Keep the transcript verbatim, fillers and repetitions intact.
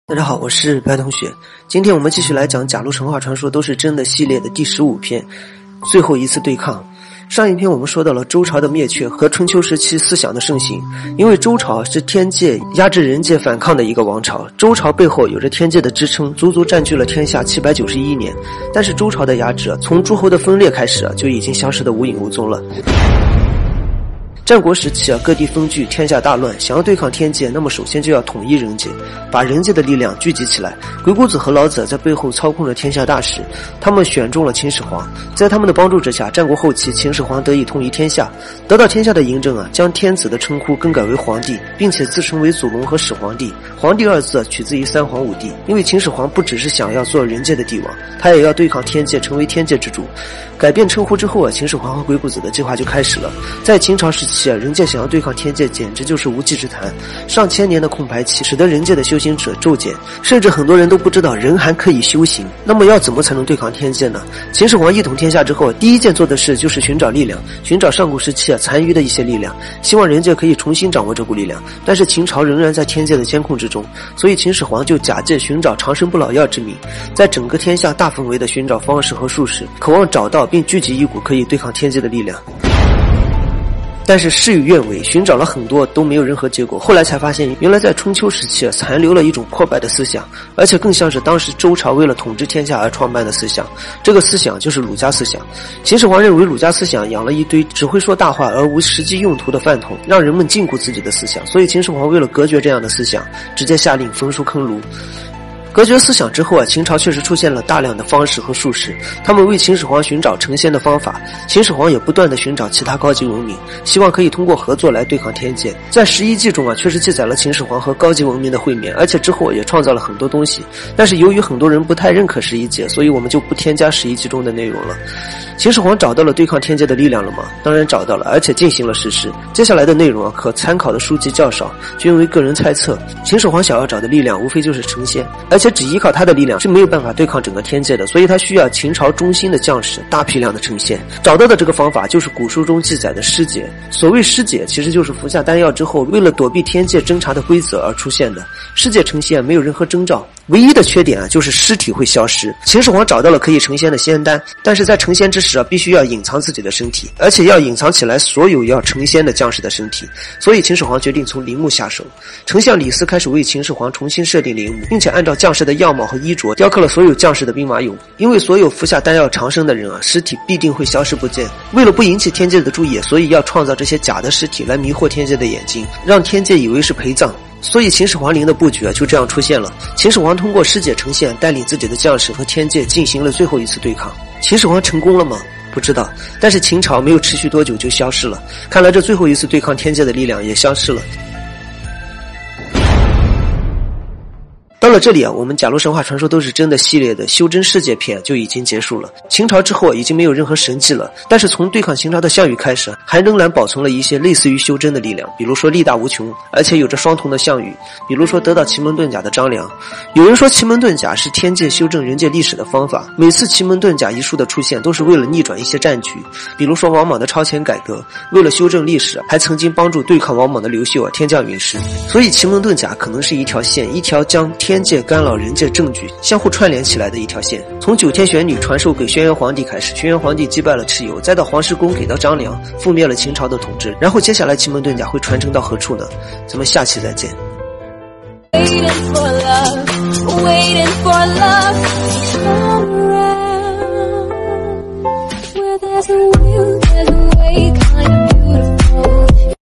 大家好，我是白同学。今天我们继续来讲甲路神话传说都是真的系列的第十五篇，最后一次对抗。上一篇我们说到了周朝的灭却和春秋时期思想的盛行，因为周朝是天界压制人界反抗的一个王朝，周朝背后有着天界的支撑，足足占据了天下七百九十一年。但是周朝的压制从诸侯的分裂开始就已经消失得无影无踪了。战国时期啊，各地分据，天下大乱，想要对抗天界，那么首先就要统一人界，把人界的力量聚集起来。鬼谷子和老子在背后操控着天下大事，他们选中了秦始皇，在他们的帮助之下，战国后期秦始皇得以统一天下，得到天下的嬴政啊，将天子的称呼更改为皇帝，并且自称为祖龙和始皇帝。皇帝二字取自于三皇五帝，因为秦始皇不只是想要做人界的帝王，他也要对抗天界，成为天界之主。改变称呼之后啊，秦始皇和鬼谷子的计划就开始了。在秦朝时期啊，人界想要对抗天界简直就是无稽之谈，上千年的空白期使得人界的修行者骤减，甚至很多人都不知道人还可以修行。那么要怎么才能对抗天界呢？秦始皇一统天下之后，第一件做的事就是寻找力量，寻找上古时期啊残余的一些力量，希望人界可以重新掌握这股力量。但是秦朝仍然在天界的监控之中，所以秦始皇就假借寻找长生不老药之名，在整个天下大范围的寻找方式和术士，渴望找到并聚集一股可以对抗天界的力量。但是事与愿违，寻找了很多都没有任何结果。后来才发现，原来在春秋时期残留了一种破败的思想，而且更像是当时周朝为了统治天下而创办的思想。这个思想就是儒家思想。秦始皇认为儒家思想养了一堆只会说大话而无实际用途的饭桶，让人们禁锢自己的思想，所以秦始皇为了隔绝这样的思想，直接下令焚书坑儒。隔绝思想之后啊，秦朝确实出现了大量的方士和术士，他们为秦始皇寻找成仙的方法。秦始皇也不断地寻找其他高级文明，希望可以通过合作来对抗天界。在十一纪中啊，确实记载了秦始皇和高级文明的会面，而且之后也创造了很多东西。但是由于很多人不太认可十一纪，所以我们就不添加十一纪中的内容了。秦始皇找到了对抗天界的力量了吗？当然找到了，而且进行了实施。接下来的内容啊，可参考的书籍较少，均为个人猜测。秦始皇想要找的力量无非就是成仙，而且只依靠他的力量是没有办法对抗整个天界的，所以他需要秦朝中心的将士大批量的成仙。找到的这个方法就是古书中记载的尸解。所谓尸解，其实就是服下丹药之后，为了躲避天界侦查的规则而出现的。尸解成仙没有任何征兆，唯一的缺点啊，就是尸体会消失。秦始皇找到了可以成仙的仙丹，但是在成仙之时啊，必须要隐藏自己的身体，而且要隐藏起来所有要成仙的将士的身体。所以秦始皇决定从陵墓下手。丞相李斯开始为秦始皇重新设定陵墓，并且按照将士的样貌和衣着雕刻了所有将士的兵马俑。因为所有服下丹药长生的人啊，尸体必定会消失不见。为了不引起天界的注意，所以要创造这些假的尸体来迷惑天界的眼睛，让天界以为是陪葬。所以秦始皇陵的布局啊，就这样出现了。秦始皇通过尸解成仙，带领自己的将士和天界进行了最后一次对抗。秦始皇成功了吗？不知道。但是秦朝没有持续多久就消失了，看来这最后一次对抗天界的力量也消失了。到了这里啊，我们甲路神话传说都是真的系列的修真世界篇就已经结束了。秦朝之后已经没有任何神迹了，但是从对抗秦朝的项羽开始，还仍然保存了一些类似于修真的力量，比如说力大无穷，而且有着双瞳的项羽，比如说得到奇门遁甲的张良。有人说奇门遁甲是天界修正人界历史的方法，每次奇门遁甲一术的出现都是为了逆转一些战局，比如说王莽的超前改革，为了修正历史，还曾经帮助对抗王莽的刘秀啊天降陨石。所以奇门遁甲可能是一条线，一条将天界干扰人界证据相互串联起来的一条线。从九天玄女传授给轩辕皇帝开始，轩辕皇帝击败了蚩尤，再到黄石公给到张良，覆灭了秦朝的统治，然后接下来奇门遁甲会传承到何处呢？咱们下期再见。Waiting for love, waiting for love.